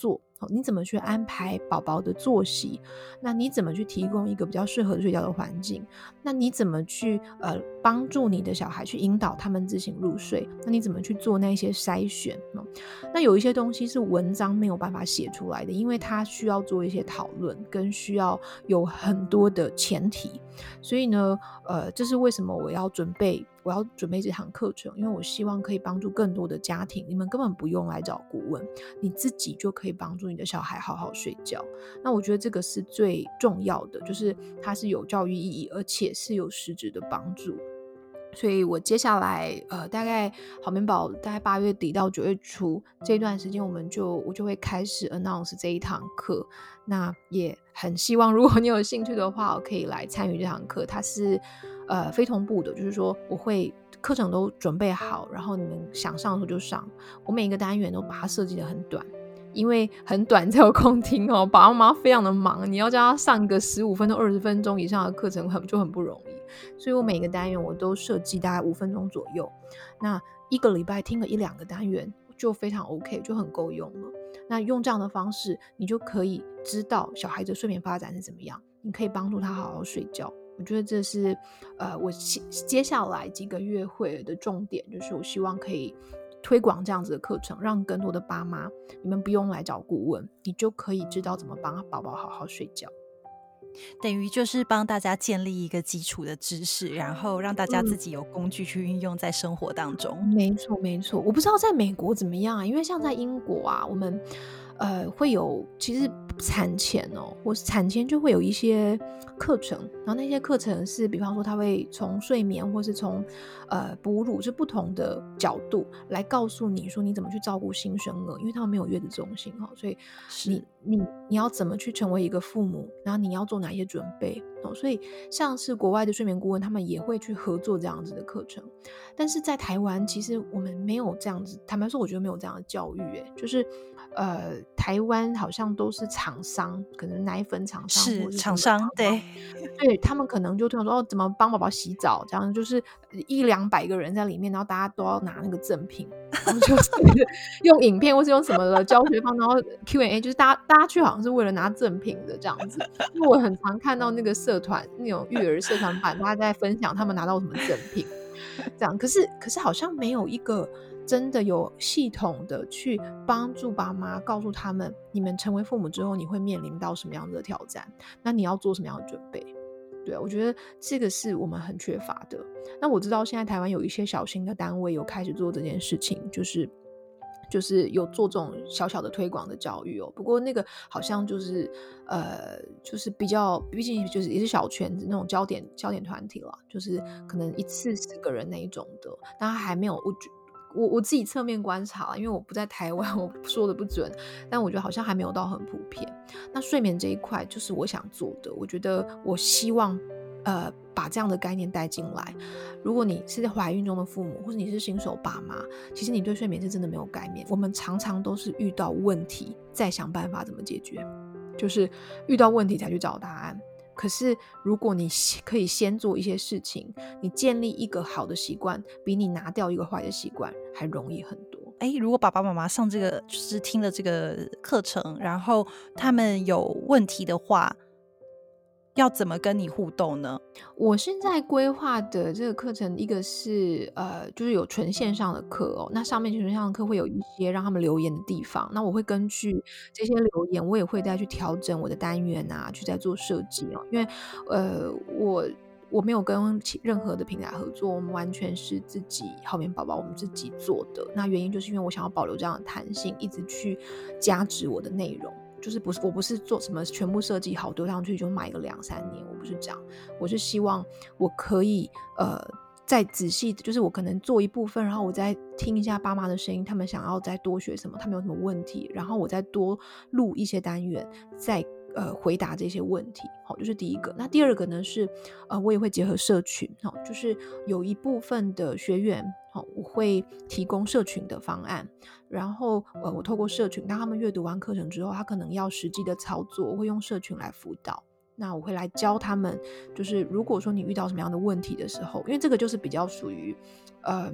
你怎么去安排宝宝的作息，那你怎么去提供一个比较适合睡觉的环境，那你怎么去帮助你的小孩去引导他们自行入睡，那你怎么去做那些筛选，那有一些东西是文章没有办法写出来的，因为它需要做一些讨论，跟需要有很多的前提，所以呢这是为什么我要准备这堂课程，因为我希望可以帮助更多的家庭，你们根本不用来找顾问，你自己就可以帮助你的小孩好好睡觉。那我觉得这个是最重要的，就是它是有教育意义，而且是有实质的帮助。所以我接下来大概好眠宝大概8月底到9月初这段时间，我就会开始 announce 这一堂课。那也很希望如果你有兴趣的话，我可以来参与这堂课。它是非同步的，就是说我会课程都准备好，然后你们想上的时候就上。我每一个单元都把它设计得很短，因为很短才有空听哦。爸爸妈妈非常的忙，你要叫他上个15分钟、20分钟以上的课程就很不容易。所以我每个单元我都设计大概5分钟左右，那一个礼拜听个1-2个单元就非常 OK， 就很够用了。那用这样的方式，你就可以知道小孩的睡眠发展是怎么样，你可以帮助他好好睡觉。我觉得这是我接下来几个月会的重点，就是我希望可以推广这样子的课程，让更多的爸妈，你们不用来找顾问，你就可以知道怎么帮宝宝好好睡觉。 等于就是帮大家建立一个基础的知识，然后让大家自己有工具去运用在生活当中。 没错没错，我不知道在美国怎么样啊，因为像在英国啊，我们会有其实产前或是产前就会有一些课程，然后那些课程是比方说他会从睡眠或是从哺乳是不同的角度来告诉你说你怎么去照顾新生儿，因为他们没有月子中心所以你要怎么去成为一个父母，然后你要做哪些准备所以像是国外的睡眠顾问他们也会去合作这样子的课程。但是在台湾其实我们没有这样子，坦白说我觉得没有这样的教育就是台湾好像都是厂商，可能奶粉厂商是或是厂商，对对，他们可能就突然说怎么帮宝宝洗澡，这样就是100-200个人在里面，然后大家都要拿那个赠品，然后就是用影片或是用什么的教学方，然后 Q&A， 就是大家去好像是为了拿赠品的这样子。因为我很常看到那个社团那种育儿社团版，大家在分享他们拿到什么赠品这样，可是好像没有一个真的有系统的去帮助爸妈，告诉他们你们成为父母之后你会面临到什么样的挑战，那你要做什么样的准备。对，我觉得这个是我们很缺乏的。那我知道现在台湾有一些小型的单位有开始做这件事情，就是有做这种小小的推广的教育不过那个好像就是比较，毕竟就是也是小圈子那种焦点团体了，就是可能一次10个人那一种的，但他还没有我自己侧面观察，因为我不在台湾，我说的不准，但我觉得好像还没有到很普遍。那睡眠这一块就是我想做的，我觉得我希望把这样的概念带进来。如果你是在怀孕中的父母，或者你是新手爸妈，其实你对睡眠是真的没有概念。我们常常都是遇到问题再想办法怎么解决，就是遇到问题才去找答案。可是如果你可以先做一些事情，你建立一个好的习惯，比你拿掉一个坏的习惯还容易很多。 如果爸爸妈妈上这个就是听了这个课程，然后他们有问题的话，要怎么跟你互动呢？ 我现在规划的这个课程，一个是就是有纯线上的课那上面纯线上的课会有一些让他们留言的地方，那我会根据这些留言，我也会再去调整我的单元去再做设计因为我没有跟任何的平台合作，我们完全是自己好眠宝宝我们自己做的。那原因就是因为我想要保留这样的弹性，一直去加值我的内容，就是我不是做什么全部设计好丢上去就卖个2-3年，我不是这样，我是希望我可以再仔细，就是我可能做一部分，然后我再听一下爸妈的声音，他们想要再多学什么，他们有什么问题，然后我再多录一些单元，再回答这些问题就是第一个。那第二个呢是我也会结合社群就是有一部分的学员我会提供社群的方案，然后我透过社群，当他们阅读完课程之后，他可能要实际的操作，我会用社群来辅导。那我会来教他们，就是如果说你遇到什么样的问题的时候，因为这个就是比较属于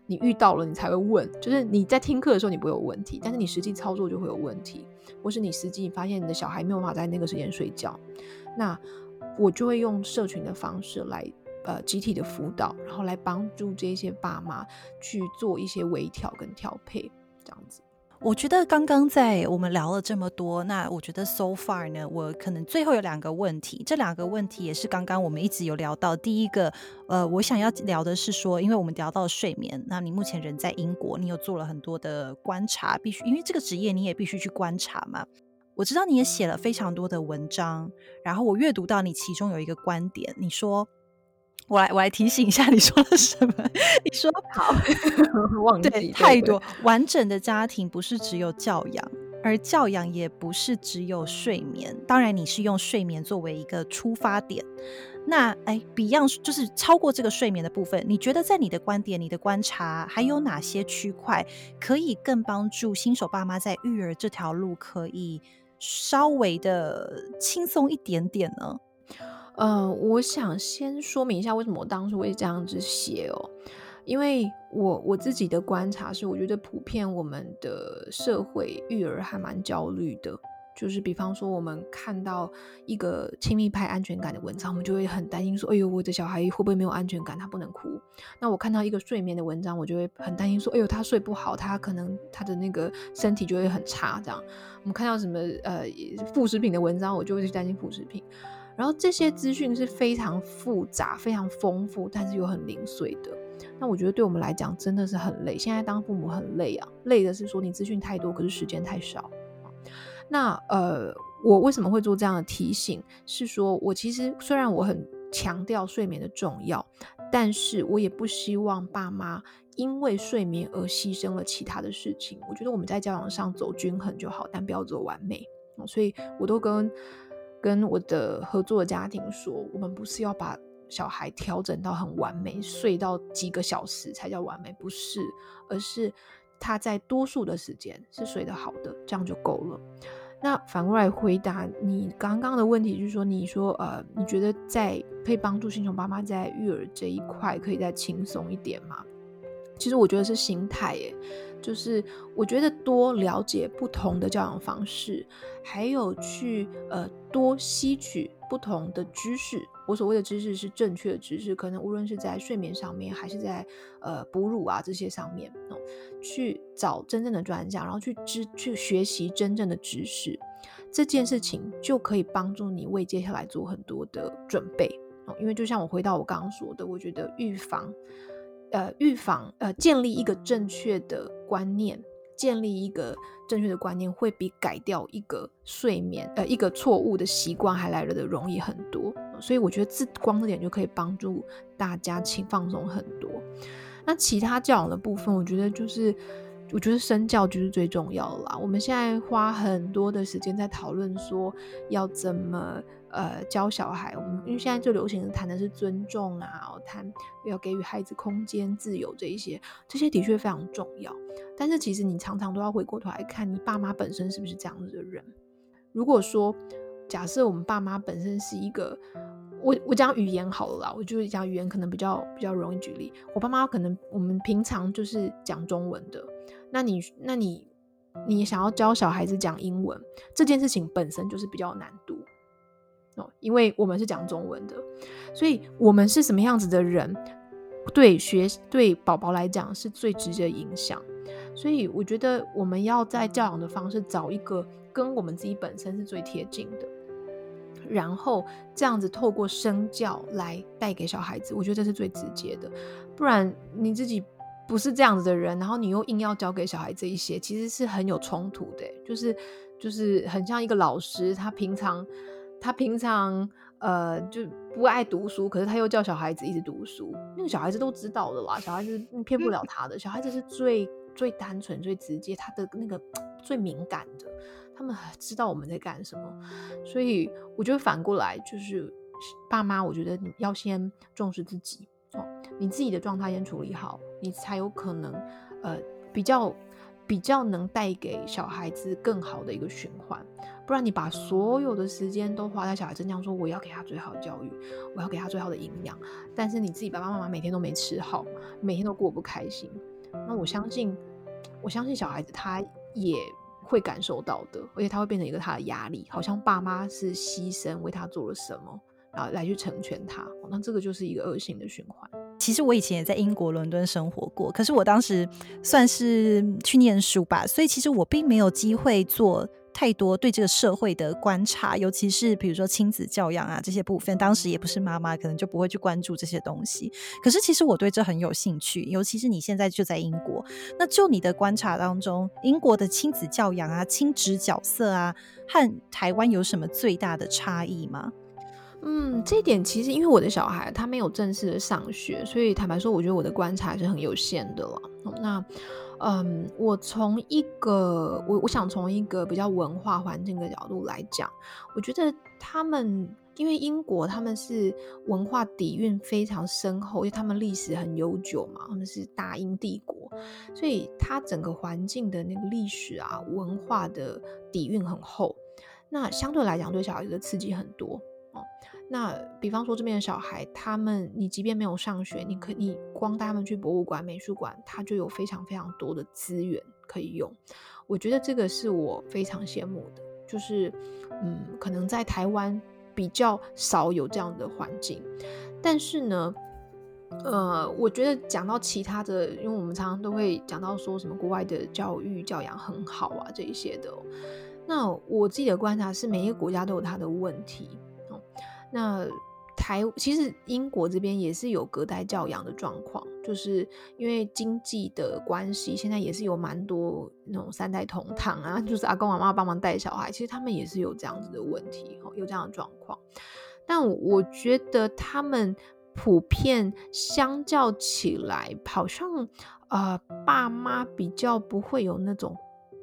你遇到了你才会问，就是你在听课的时候你不会有问题，但是你实际操作就会有问题，或是你实际发现你的小孩没有办法在那个时间睡觉，那我就会用社群的方式来集体的辅导，然后来帮助这些爸妈去做一些微调跟调配这样子。 我觉得刚刚在我们聊了这么多，那我觉得 so far 呢，我可能最后有2个问题，这2个问题也是刚刚我们一直有聊到。第一个，我想要聊的是说，因为我们聊到睡眠，那你目前人在英国，你有做了很多的观察，必须因为这个职业你也必须去观察嘛。我知道你也写了非常多的文章，然后我阅读到你其中有一个观点，你说。我来提醒一下你说了什么。你说好忘记对太多完整的家庭不是只有教养，而教养也不是只有睡眠。当然你是用睡眠作为一个出发点，那Beyond 就是超过这个睡眠的部分，你觉得在你的观点你的观察还有哪些区块可以更帮助新手爸妈在育儿这条路可以稍微的轻松一点点呢？ 我想先说明一下为什么我当初会这样子写哦，因为我自己的观察是，我觉得普遍我们的社会育儿还蛮焦虑的，就是比方说我们看到一个亲密派安全感的文章，我们就会很担心说，哎呦，我的小孩会不会没有安全感，他不能哭。那我看到一个睡眠的文章，我就会很担心说，哎呦，他睡不好，他可能他的那个身体就会很差这样。我们看到什么副食品的文章，我就会去担心副食品。然后这些资讯是非常复杂非常丰富，但是又很零碎的，那我觉得对我们来讲真的是很累，现在当父母很累啊，累的是说你资讯太多可是时间太少。那我为什么会做这样的提醒，是说我其实虽然我很强调睡眠的重要，但是我也不希望爸妈因为睡眠而牺牲了其他的事情。我觉得我们在教养上走均衡就好，但不要走完美。所以我都跟我的合作的家庭说，我们不是要把小孩调整到很完美，睡到几个小时才叫完美，不是，而是他在多数的时间是睡得好的，这样就够了。那反过来回答你刚刚的问题，就是说你觉得可以帮助新手爸妈在育儿这一块可以再轻松一点吗？其实我觉得是心态耶，就是我觉得多了解不同的教养方式，还有去多吸取不同的知识。我所谓的知识是正确的知识，可能无论是在睡眠上面，还是在哺乳啊这些上面，去找真正的专家，然后去学习真正的知识，这件事情就可以帮助你为接下来做很多的准备。因为就像我回到我刚刚说的，我觉得预防建立一个正确的观念，会比改掉一个一个错误的习惯还来得容易很多。所以我觉得光这点就可以帮助大家放松很多。那其他教养的部分，我觉得身教就是最重要的啦。我们现在花很多的时间在讨论说要怎么教小孩，因为现在最流行的谈的是尊重啊，谈要给予孩子空间自由，这些的确非常重要。但是其实你常常都要回过头来看你爸妈本身是不是这样子的人。如果说假设我们爸妈本身是一个，我讲语言好了啦，我就讲语言可能比较容易举例。我爸妈可能我们平常就是讲中文的，那你想要教小孩子讲英文，这件事情本身就是比较有难度。因为我们是讲中文的，所以我们是什么样子的人，对宝宝来讲是最直接的影响。所以我觉得我们要在教养的方式找一个跟我们自己本身是最贴近的，然后这样子透过身教来带给小孩子，我觉得这是最直接的。不然你自己不是这样子的人，然后你又硬要教给小孩这一些，其实是很有冲突的。就是很像一个老师，他平常就不爱读书，可是他又叫小孩子一直读书，那个小孩子都知道的啦，小孩子骗不了他的，小孩子是最单纯最直接，他的那个最敏感的，他们知道我们在干什么。所以我觉得反过来就是爸妈，我觉得你要先重视自己，你自己的状态先处理好，你才有可能比较能带给小孩子更好的一个循环。不然你把所有的时间都花在小孩身上，说我要给他最好的教育，我要给他最好的营养，但是你自己爸爸妈妈每天都没吃好，每天都过不开心， 那我相信小孩子他也会感受到的，而且他会变成一个他的压力，好像爸妈是牺牲为他做了什么，然后来去成全他，那这个就是一个恶性的循环。 其实我以前也在英国伦敦生活过，可是我当时算是去念书吧，所以其实我并没有机会做太多对这个社会的观察，尤其是比如说亲子教养啊这些部分，当时也不是妈妈，可能就不会去关注这些东西。可是其实我对这很有兴趣，尤其是你现在就在英国，那就你的观察当中，英国的亲子教养啊、亲职角色啊，和台湾有什么最大的差异吗？ 这一点其实因为我的小孩他没有正式的上学，所以坦白说我觉得我的观察是很有限的了。那我从一个我想从一个比较文化环境的角度来讲，我觉得他们因为英国他们是文化底蕴非常深厚，因为他们历史很悠久嘛，他们是大英帝国，所以它整个环境的那个历史啊文化的底蕴很厚，那相对来讲对小孩子的刺激很多。那比方说这边的小孩，你即便没有上学，你光带他们去博物馆、美术馆，他就有非常非常多的资源可以用。我觉得这个是我非常羡慕的，就是可能在台湾比较少有这样的环境，但是呢我觉得讲到其他的，因为我们常常都会讲到说什么国外的教育教养很好啊这一些的那我自己的观察是每一个国家都有它的问题那其实英国这边也是有隔代教养的状况，就是因为经济的关系，现在也是有蛮多那种3代同堂啊，就是阿公阿嬷帮忙带小孩，其实他们也是有这样子的问题，有这样的状况。但我觉得他们普遍相较起来，好像爸妈比较不会有那种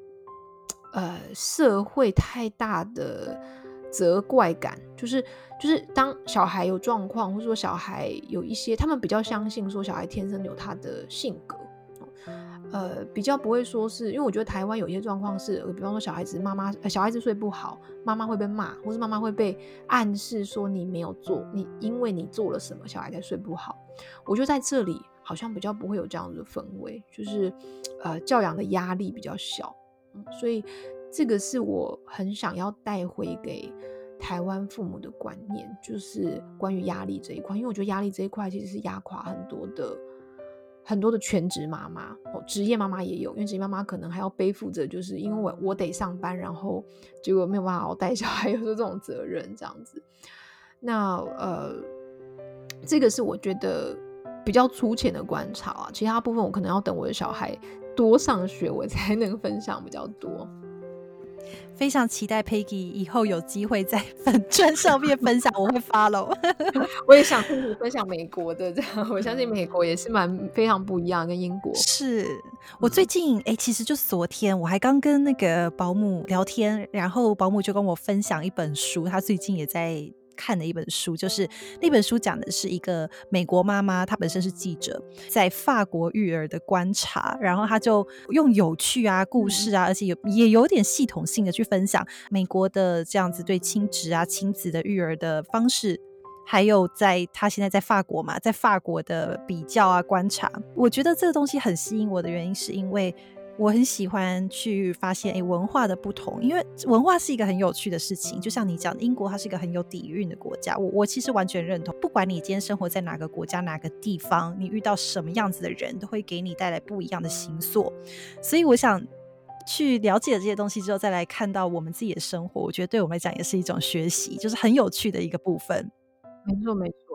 社会太大的责怪感，就是当小孩有状况，或者说小孩有一些，他们比较相信说小孩天生有他的性格，比较不会说是因为我觉得台湾有一些状况是，比方说小孩子睡不好，妈妈会被骂，或是妈妈会被暗示说你没有做，因为你做了什么，小孩才睡不好。我觉得在这里好像比较不会有这样的氛围，就是教养的压力比较小，所以这个是我很想要带回给台湾父母的观念，就是关于压力这一块，因为我觉得压力这一块其实是压垮很多的全职妈妈，职业妈妈也有，因为职业妈妈可能还要背负着，就是因为我得上班，然后结果没有办法好好带小孩，有这种责任这样子。那这个是我觉得比较粗浅的观察啊，其他部分我可能要等我的小孩多上学，我才能分享比较多。 非常期待 Peggy 以后有机会在粉专上面分享，我会 follow 我也想听你分享美国的这样，我相信美国也是非常不一样，跟英国是我最近其实就是昨天我还刚跟那个保姆聊天，然后保姆就跟我分享一本书，他最近也在看的一本书，就是那本书讲的是一个美国妈妈，她本身是记者，在法国育儿的观察，然后她就用有趣啊故事啊，而且也有点系统性的去分享美国的这样子对亲职啊亲子的育儿的方式，还有他现在在法国嘛，在法国的比较啊观察，我觉得这个东西很吸引我的原因是因为我很喜欢去发现文化的不同，因为文化是一个很有趣的事情，就像你讲的英国它是一个很有底蕴的国家，我其实完全认同，不管你今天生活在哪个国家哪个地方，你遇到什么样子的人都会给你带来不一样的形塑，所以我想去了解了这些东西之后再来看到我们自己的生活，我觉得对我们来讲也是一种学习，就是很有趣的一个部分。 没错没错。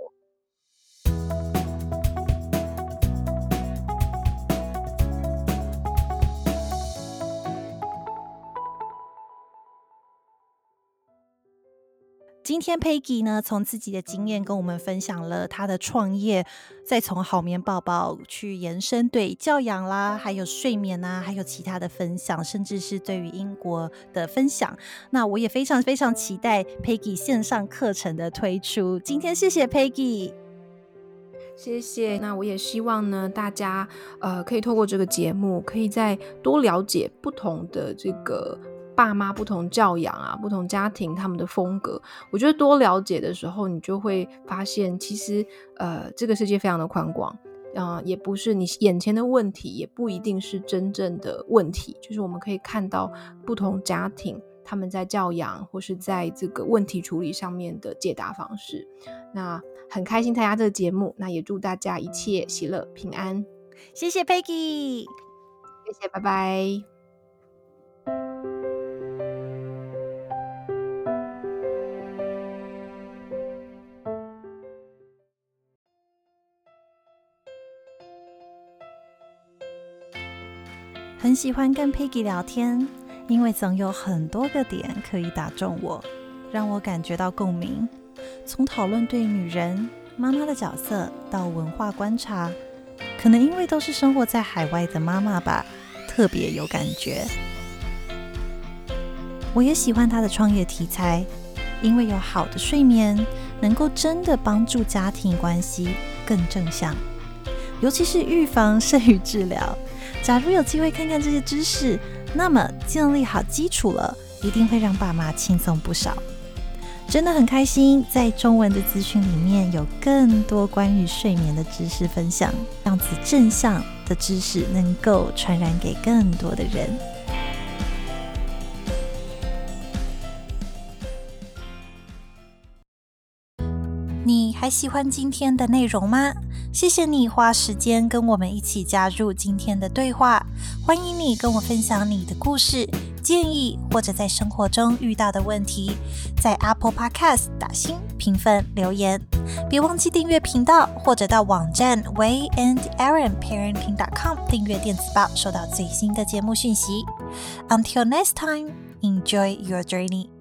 今天 Peggy 呢，从自己的经验跟我们分享了她的创业，再从好眠宝宝去延伸对教养啦，还有睡眠啊，还有其他的分享，甚至是对于英国的分享。那我也非常非常期待 Peggy 线上课程的推出。今天谢谢 Peggy。 谢谢。那我也希望呢，大家可以透过这个节目，可以再多了解不同的这个爸妈不同教养啊，不同家庭他们的风格。我觉得多了解的时候，你就会发现其实这个世界非常的宽广， 也不是你眼前的问题，也不一定是真正的问题，就是我们可以看到不同家庭他们在教养或是在这个问题处理上面的解答方式。那很开心参加这个节目，那也祝大家一切喜乐平安。 谢谢 Peggy， 谢谢，拜拜。 很喜欢跟 Peggy 聊天，因为总有很多个点可以打中我，让我感觉到共鸣。从讨论对女人、妈妈的角色到文化观察，可能因为都是生活在海外的妈妈吧，特别有感觉。我也喜欢她的创业题材，因为有好的睡眠，能够真的帮助家庭关系更正向，尤其是预防胜于治疗。假如有机会看看这些知识，那么建立好基础了，一定会让爸妈轻松不少。真的很开心，在中文的资讯里面有更多关于睡眠的知识分享，这样子正向的知识能够传染给更多的人。你还喜欢今天的内容吗？谢谢你花时间跟我们一起加入今天的对话。欢迎你跟我分享你的故事、建议或者在生活中遇到的问题，在 Apple Podcast 打星、评分、留言。别忘记订阅频道，或者到网站 WeiandErinParenting.com 订阅电子报，收到最新的节目讯息。Until next time, enjoy your journey.